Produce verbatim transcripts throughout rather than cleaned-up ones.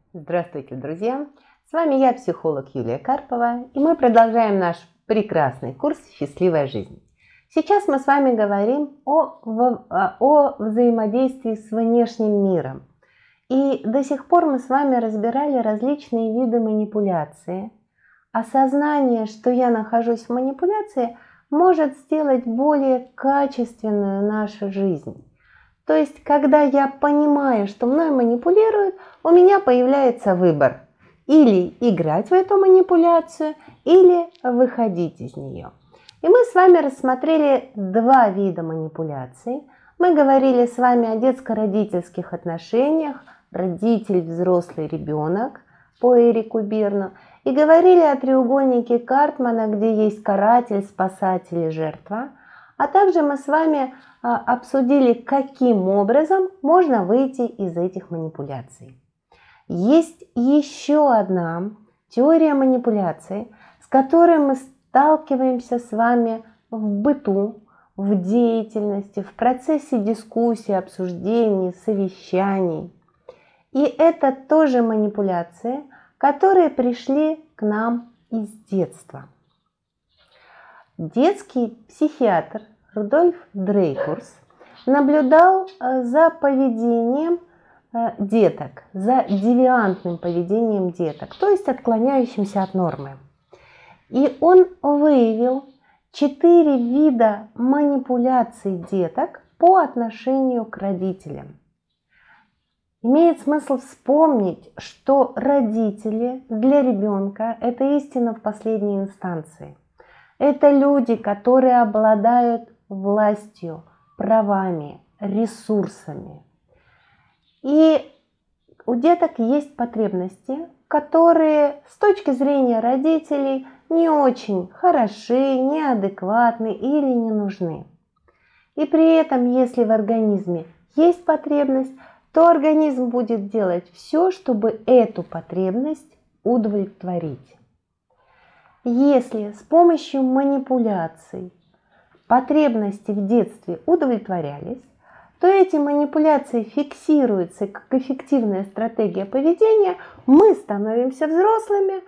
Здравствуйте, друзья! С вами я, психолог Юлия Карпова, и мы продолжаем наш прекрасный курс «Счастливая жизнь». Сейчас мы с вами говорим о, о взаимодействии с внешним миром. И до сих пор мы с вами разбирали различные виды манипуляции. Осознание, что я нахожусь в манипуляции, может сделать более качественную нашу жизнь. То есть, когда я понимаю, что мной манипулируют, у меня появляется выбор. Или играть в эту манипуляцию, или выходить из нее. И мы с вами рассмотрели два вида манипуляций. Мы говорили с вами о детско-родительских отношениях, родитель, взрослый, ребенок по Эрику Берну. И говорили о треугольнике Картмана, где есть каратель, спасатель и жертва. А также мы с вами а, обсудили, каким образом можно выйти из этих манипуляций. Есть еще одна теория манипуляций, с которой мы сталкиваемся с вами в быту, в деятельности, в процессе дискуссий, обсуждений, совещаний. И это тоже манипуляции, которые пришли к нам из детства. Детский психиатр Рудольф Дрейфус наблюдал за поведением деток, за девиантным поведением деток, то есть отклоняющимся от нормы. И он выявил четыре вида манипуляций деток по отношению к родителям. Имеет смысл вспомнить, что родители для ребенка – это истина в последней инстанции. Это люди, которые обладают властью, правами, ресурсами. И у деток есть потребности, которые с точки зрения родителей не очень хороши, неадекватны или не нужны. И при этом, если в организме есть потребность, то организм будет делать все, чтобы эту потребность удовлетворить. Если с помощью манипуляций потребности в детстве удовлетворялись, то эти манипуляции фиксируются как эффективная стратегия поведения, мы становимся взрослыми,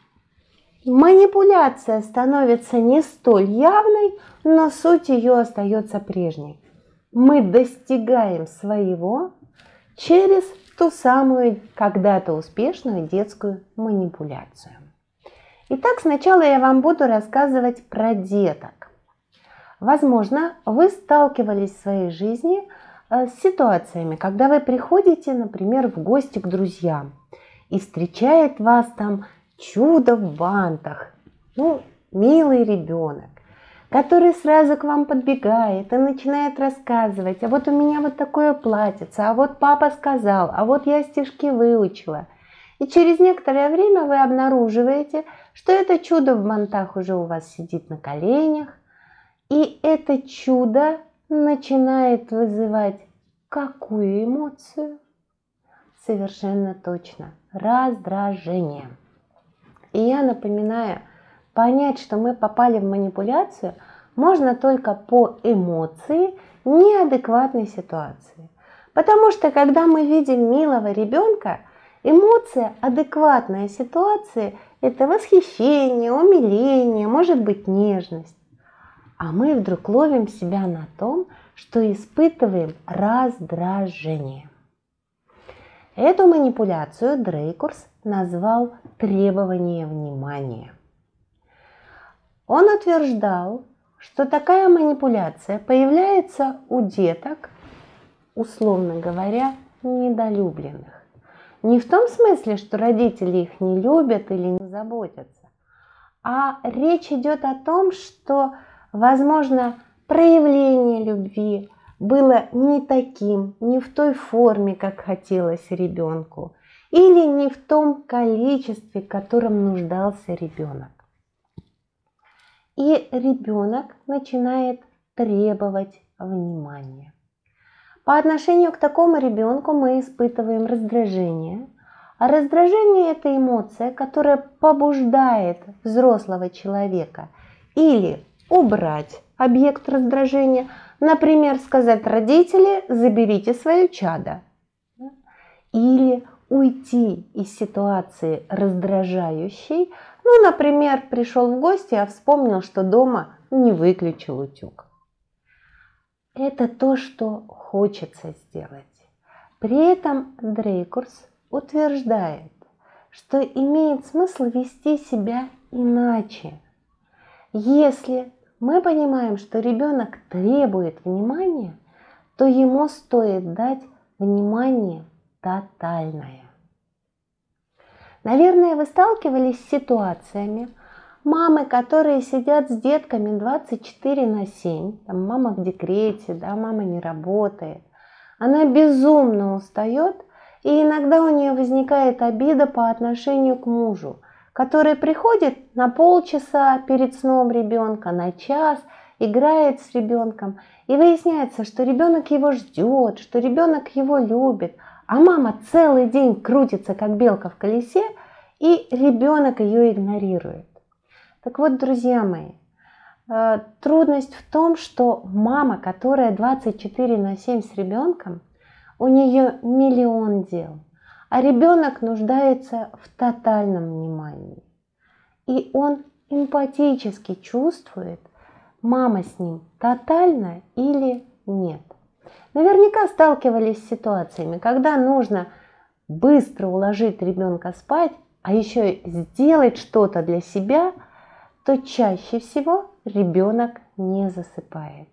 манипуляция становится не столь явной, но суть ее остается прежней. Мы достигаем своего через ту самую когда-то успешную детскую манипуляцию. Итак, сначала я вам буду рассказывать про деток. Возможно, вы сталкивались в своей жизни с ситуациями, когда вы приходите, например, в гости к друзьям, и встречает вас там чудо в бантах, ну, милый ребенок, который сразу к вам подбегает и начинает рассказывать: а вот у меня вот такое платьице, а вот папа сказал, а вот я стишки выучила. И через некоторое время вы обнаруживаете, что это чудо в бантах уже у вас сидит на коленях, и это чудо начинает вызывать какую эмоцию? Совершенно точно, раздражение. И я напоминаю, понять, что мы попали в манипуляцию, можно только по эмоции неадекватной ситуации. Потому что когда мы видим милого ребенка, эмоция адекватной ситуации – это восхищение, умиление, может быть, нежность. А мы вдруг ловим себя на том, что испытываем раздражение. Эту манипуляцию Дрейфус назвал требование внимания. Он утверждал, что такая манипуляция появляется у деток, условно говоря, недолюбленных. Не в том смысле, что родители их не любят или не заботятся, а речь идет о том, что, возможно, проявление любви было не таким, не в той форме, как хотелось ребенку, или не в том количестве, в котором нуждался ребенок. И ребенок начинает требовать внимания. По отношению к такому ребенку мы испытываем раздражение. А раздражение – это эмоция, которая побуждает взрослого человека или убрать объект раздражения, например, сказать: родители, заберите свое чадо. Или уйти из ситуации раздражающей. Ну, например, пришел в гости, а вспомнил, что дома не выключил утюг. Это то, что хочется сделать. При этом Дрейкурс утверждает, что имеет смысл вести себя иначе. Если мы понимаем, что ребенок требует внимания, то ему стоит дать внимание тотальное. Наверное, вы сталкивались с ситуациями, мамы, которые сидят с детками двадцать четыре на семь, там мама в декрете, да, мама не работает, она безумно устает, и иногда у нее возникает обида по отношению к мужу, который приходит на полчаса перед сном ребенка, на час, играет с ребенком, и выясняется, что ребенок его ждет, что ребенок его любит, а мама целый день крутится, как белка в колесе, и ребенок ее игнорирует. Так вот, друзья мои, трудность в том, что мама, которая двадцать четыре на семь с ребенком, у нее миллион дел, а ребенок нуждается в тотальном внимании. И он эмпатически чувствует, мама с ним тотально или нет. Наверняка сталкивались с ситуациями, когда нужно быстро уложить ребенка спать, а еще сделать что-то для себя, то чаще всего ребенок не засыпает.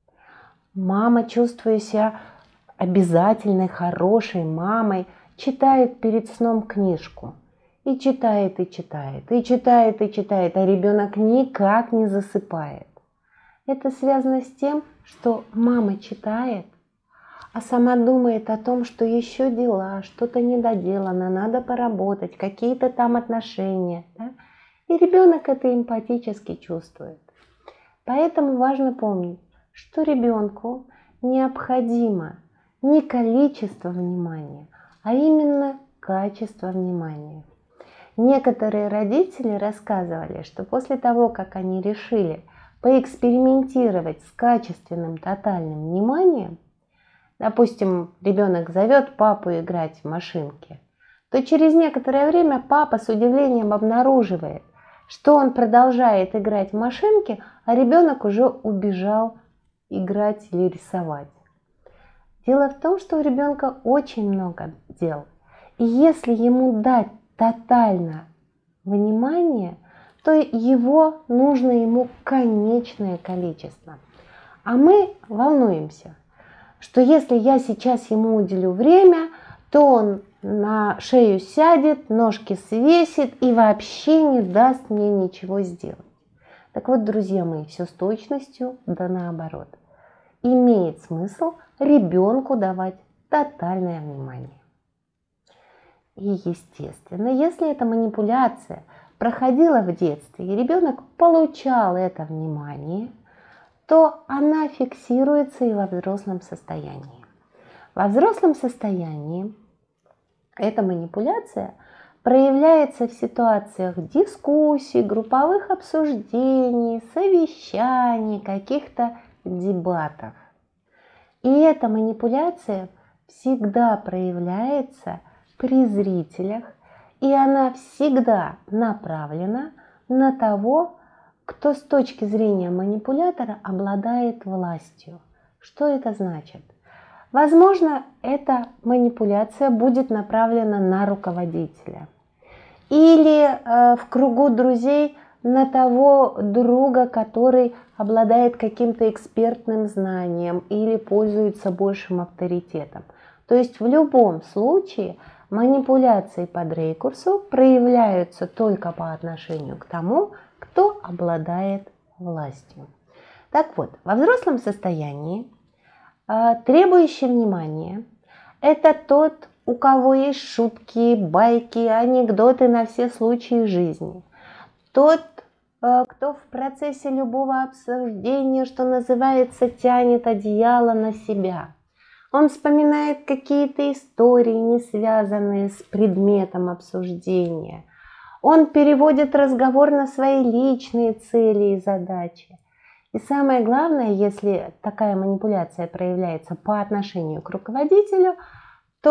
Мама, чувствуя себя обязательной, хорошей мамой, читает перед сном книжку. И читает, и читает, и читает, и читает, а ребенок никак не засыпает. Это связано с тем, что мама читает, а сама думает о том, что еще дела, что-то недоделано, надо поработать, какие-то там отношения. Да? И ребенок это эмпатически чувствует. Поэтому важно помнить, что ребенку необходимо не количество внимания, а именно качество внимания. Некоторые родители рассказывали, что после того, как они решили поэкспериментировать с качественным тотальным вниманием, допустим, ребенок зовет папу играть в машинки, то через некоторое время папа с удивлением обнаруживает, что он продолжает играть в машинки, а ребенок уже убежал играть или рисовать. Дело в том, что у ребенка очень много дел. И если ему дать тотально внимание, то его нужно ему конечное количество. А мы волнуемся, что если я сейчас ему уделю время, то он на шею сядет, ножки свесит и вообще не даст мне ничего сделать. Так вот, друзья мои, все с точностью да наоборот. Имеет смысл ребенку давать тотальное внимание. И естественно, если эта манипуляция проходила в детстве, и ребенок получал это внимание, то она фиксируется и во взрослом состоянии. Во взрослом состоянии эта манипуляция проявляется в ситуациях дискуссий, групповых обсуждений, совещаний, каких-то дебатов. И эта манипуляция всегда проявляется при зрителях, и она всегда направлена на того, кто с точки зрения манипулятора обладает властью. Что это значит? Возможно, эта манипуляция будет направлена на руководителя или э, в кругу друзей на того друга, который обладает каким-то экспертным знанием или пользуется большим авторитетом. То есть в любом случае манипуляции по Дрейкурсу проявляются только по отношению к тому, кто обладает властью. Так вот, во взрослом состоянии требующий внимания – это тот, у кого есть шутки, байки, анекдоты на все случаи жизни. Тот, кто в процессе любого обсуждения, что называется, тянет одеяло на себя. Он вспоминает какие-то истории, не связанные с предметом обсуждения. Он переводит разговор на свои личные цели и задачи. И самое главное, если такая манипуляция проявляется по отношению к руководителю, то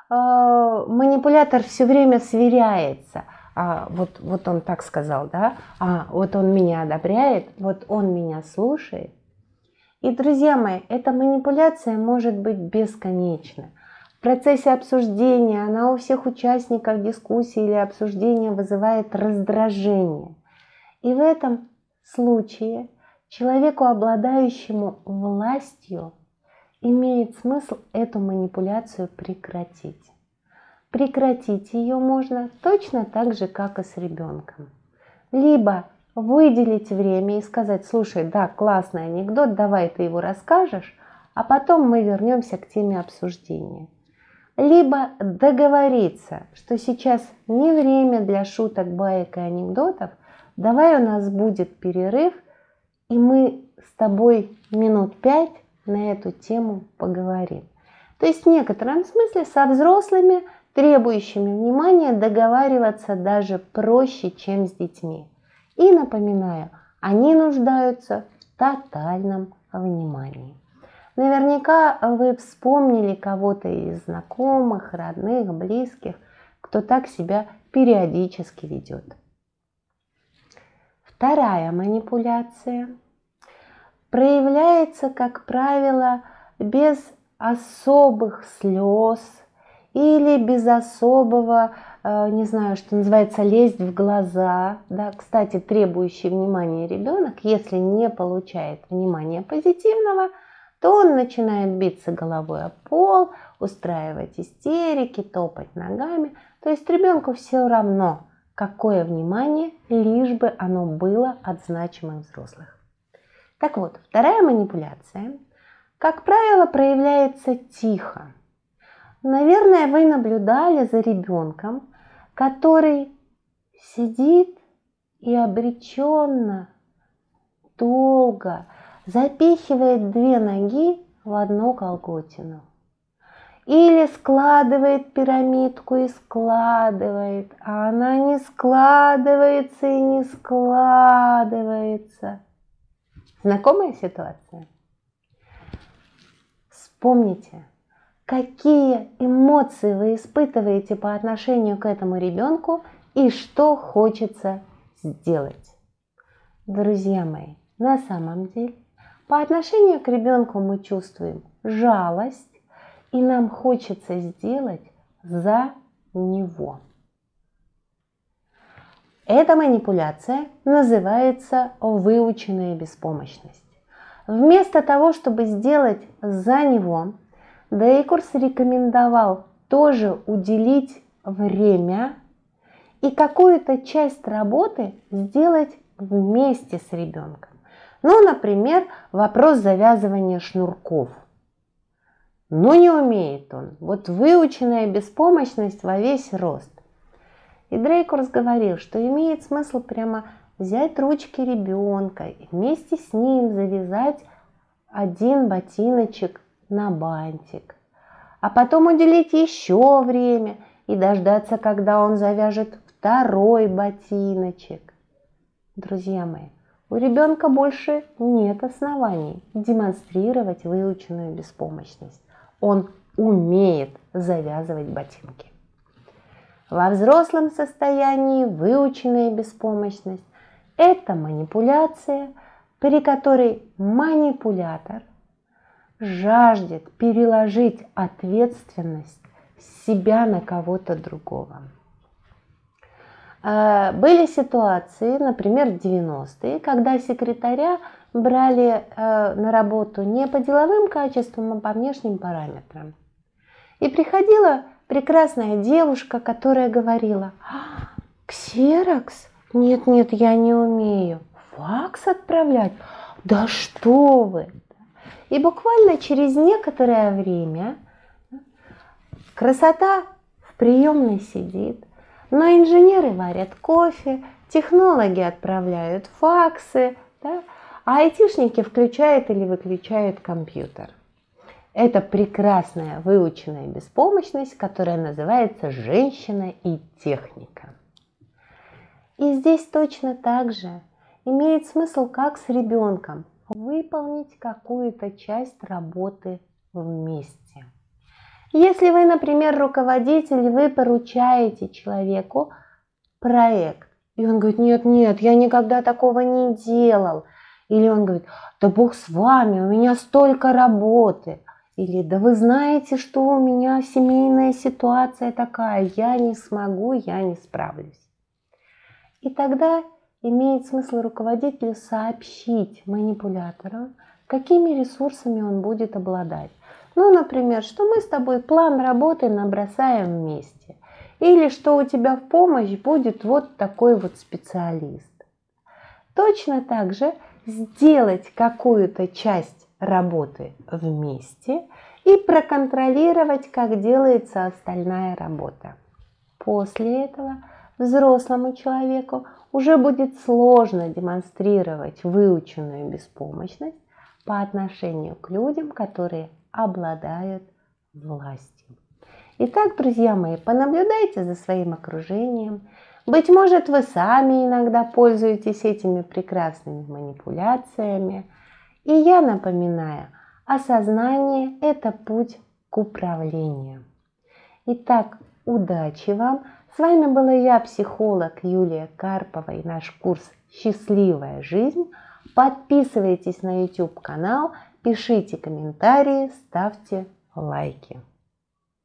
манипулятор все время сверяется. А, вот, вот он так сказал, да? А, вот он меня одобряет, вот он меня слушает. И, друзья мои, эта манипуляция может быть бесконечна. В процессе обсуждения она у всех участников дискуссии или обсуждения вызывает раздражение. И в этом случае человеку, обладающему властью, имеет смысл эту манипуляцию прекратить. Прекратить ее можно точно так же, как и с ребенком. Либо выделить время и сказать: слушай, да, классный анекдот, давай ты его расскажешь, а потом мы вернемся к теме обсуждения. Либо договориться, что сейчас не время для шуток, баек и анекдотов, давай у нас будет перерыв, и мы с тобой минут пять на эту тему поговорим. То есть в некотором смысле со взрослыми, требующими внимания, договариваться даже проще, чем с детьми. И напоминаю, они нуждаются в тотальном внимании. Наверняка вы вспомнили кого-то из знакомых, родных, близких, кто так себя периодически ведет. Вторая манипуляция проявляется, как правило, без особых слез или без особого, не знаю, что называется, лезть в глаза. Да, кстати, требующий внимания ребенок, если не получает внимания позитивного, то он начинает биться головой о пол, устраивать истерики, топать ногами. То есть ребенку все равно, какое внимание, лишь бы оно было от значимых взрослых. Так вот, вторая манипуляция, как правило, проявляется тихо. Наверное, вы наблюдали за ребенком, который сидит и обреченно, долго запихивает две ноги в одну колготину. Или складывает пирамидку и складывает, а она не складывается и не складывается. Знакомая ситуация? Вспомните, какие эмоции вы испытываете по отношению к этому ребенку и что хочется сделать. Друзья мои, на самом деле, по отношению к ребенку мы чувствуем жалость, и нам хочется сделать за него. Эта манипуляция называется выученная беспомощность. Вместо того, чтобы сделать за него, Дрейкурс рекомендовал тоже уделить время и какую-то часть работы сделать вместе с ребенком. Ну, например, вопрос завязывания шнурков. Но не умеет он. Вот выученная беспомощность во весь рост. И Дрейкурс говорил, что имеет смысл прямо взять ручки ребенка и вместе с ним завязать один ботиночек на бантик. А потом уделить еще время и дождаться, когда он завяжет второй ботиночек. Друзья мои, у ребенка больше нет оснований демонстрировать выученную беспомощность. Он умеет завязывать ботинки. Во взрослом состоянии выученная беспомощность – это манипуляция, при которой манипулятор жаждет переложить ответственность с себя на кого-то другого. Были ситуации, например, в девяностые, когда секретаря брали на работу не по деловым качествам, а по внешним параметрам. И приходила прекрасная девушка, которая говорила: «Ксерокс? Нет, нет, я не умею. Факс отправлять? Да что вы!» И буквально через некоторое время красота в приемной сидит, но инженеры варят кофе, технологи отправляют факсы, да, а айтишники включают или выключают компьютер. Это прекрасная выученная беспомощность, которая называется «женщина и техника». И здесь точно так же имеет смысл, как с ребенком, выполнить какую-то часть работы вместе. Если вы, например, руководитель, вы поручаете человеку проект, и он говорит: нет, нет, я никогда такого не делал. Или он говорит: да Бог с вами, у меня столько работы. Или: да вы знаете, что у меня семейная ситуация такая, я не смогу, я не справлюсь. И тогда имеет смысл руководителю сообщить манипулятору, какими ресурсами он будет обладать. Ну, например, что мы с тобой план работы набросаем вместе. Или что у тебя в помощь будет вот такой вот специалист. Точно так же сделать какую-то часть работы вместе и проконтролировать, как делается остальная работа. После этого взрослому человеку уже будет сложно демонстрировать выученную беспомощность по отношению к людям, которые обладают властью. Итак, друзья мои, понаблюдайте за своим окружением. Быть может, вы сами иногда пользуетесь этими прекрасными манипуляциями. И я напоминаю, осознание – это путь к управлению. Итак, удачи вам! С вами была я, психолог Юлия Карпова, и наш курс «Счастливая жизнь». Подписывайтесь на YouTube канал, пишите комментарии, ставьте лайки.